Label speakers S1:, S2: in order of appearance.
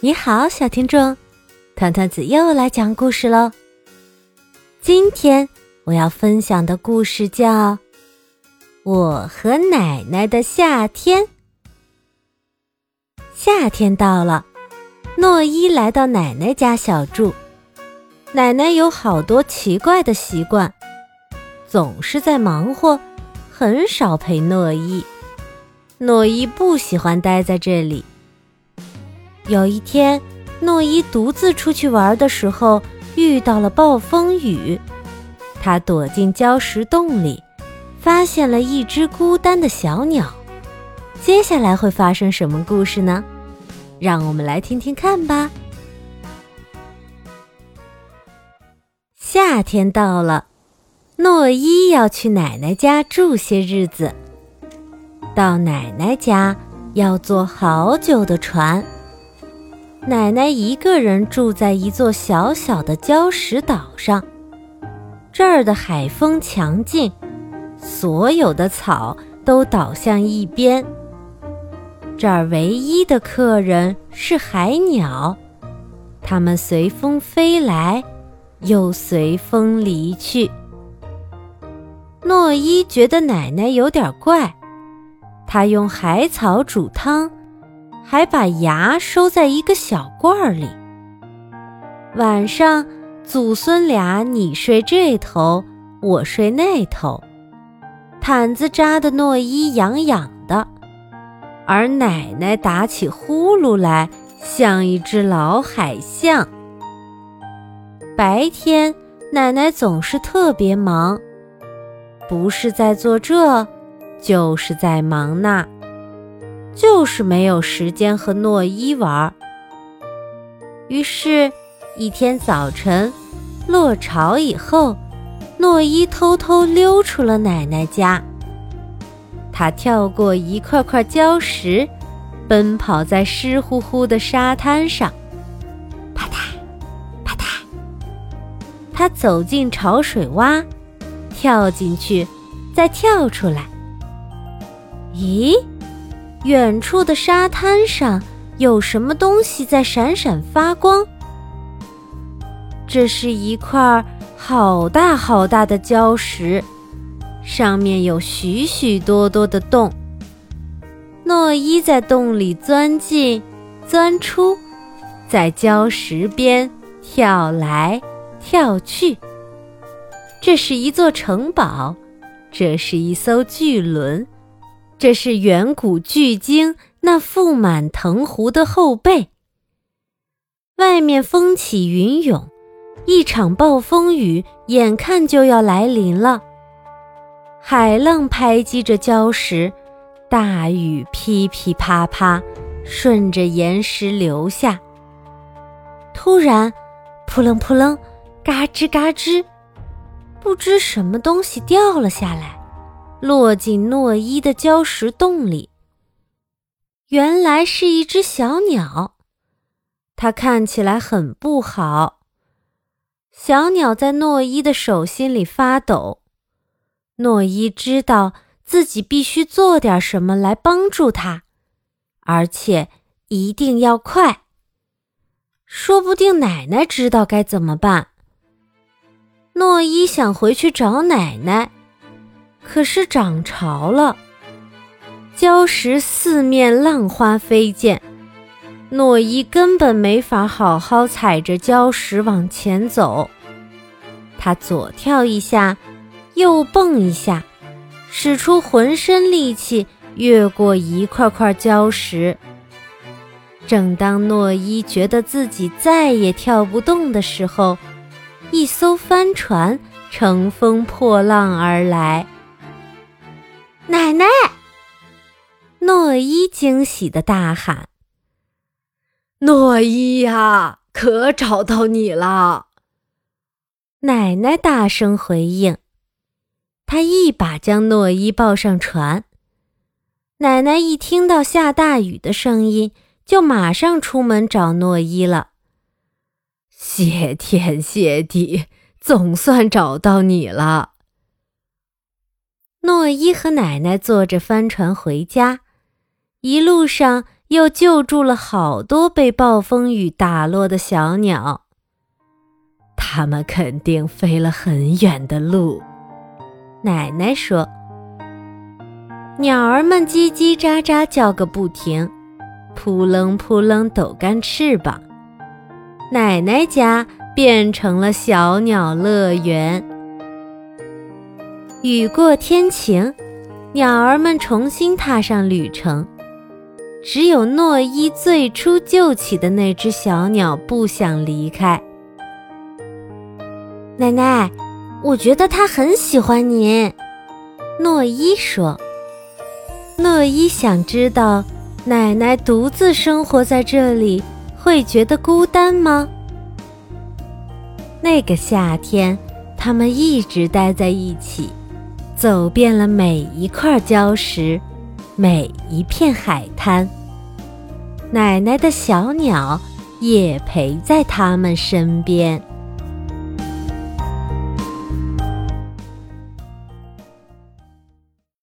S1: 你好，小听众，团团子又来讲故事喽。今天我要分享的故事叫《我和奶奶的夏天》。夏天到了，诺伊来到奶奶家小住。奶奶有好多奇怪的习惯，总是在忙活，很少陪诺伊。诺伊不喜欢待在这里。有一天，诺伊独自出去玩的时候，遇到了暴风雨。他躲进礁石洞里，发现了一只孤单的小鸟。接下来会发生什么故事呢？让我们来听听看吧。夏天到了，诺伊要去奶奶家住些日子。到奶奶家要坐好久的船。奶奶一个人住在一座小小的礁石岛上，这儿的海风强劲，所有的草都倒向一边。这儿唯一的客人是海鸟，它们随风飞来，又随风离去。诺伊觉得奶奶有点怪，他用海草煮汤，还把牙收在一个小罐里。晚上，祖孙俩你睡这头，我睡那头，毯子扎得诺伊痒痒的，而奶奶打起呼噜来，像一只老海象。白天，奶奶总是特别忙，不是在做这，就是在忙那，就是没有时间和诺伊玩。于是，一天早晨，落潮以后，诺伊偷偷溜出了奶奶家。他跳过一块块礁石，奔跑在湿乎乎的沙滩上，啪嗒啪嗒。他走进潮水洼，跳进去，再跳出来。咦，远处的沙滩上有什么东西在闪闪发光？这是一块好大好大的礁石，上面有许许多多的洞。诺伊在洞里钻进钻出，在礁石边跳来跳去。这是一座城堡，这是一艘巨轮，这是远古巨鲸那覆满藤壶的后背。外面风起云涌，一场暴风雨眼看就要来临了。海浪拍击着礁石，大雨噼噼啪啪，顺着岩石流下。突然，扑棱扑棱，嘎吱嘎吱，不知什么东西掉了下来，落进诺伊的礁石洞里。原来是一只小鸟，它看起来很不好。小鸟在诺伊的手心里发抖。诺伊知道自己必须做点什么来帮助它，而且一定要快。说不定奶奶知道该怎么办。诺伊想回去找奶奶，可是涨潮了，礁石四面浪花飞溅，诺伊根本没法好好踩着礁石往前走。他左跳一下，右蹦一下，使出浑身力气越过一块块礁石。正当诺伊觉得自己再也跳不动的时候，一艘帆船乘风破浪而来。奶奶！诺伊惊喜地大喊。
S2: 诺伊呀，可找到你了！
S1: 奶奶大声回应。她一把将诺伊抱上船。奶奶一听到下大雨的声音，就马上出门找诺伊了。
S2: 谢天谢地，总算找到你了。
S1: 诺伊和奶奶坐着帆船回家，一路上又救助了好多被暴风雨打落的小鸟。
S2: 它们肯定飞了很远的路，
S1: 奶奶说。鸟儿们叽叽喳喳叫个不停，扑棱扑棱抖干翅膀。奶奶家变成了小鸟乐园。雨过天晴，鸟儿们重新踏上旅程。只有诺伊最初救起的那只小鸟不想离开。奶奶，我觉得它很喜欢您，诺伊说。诺伊想知道，奶奶独自生活在这里，会觉得孤单吗？那个夏天，他们一直待在一起，走遍了每一块礁石，每一片海滩。奶奶的小鸟也陪在他们身边。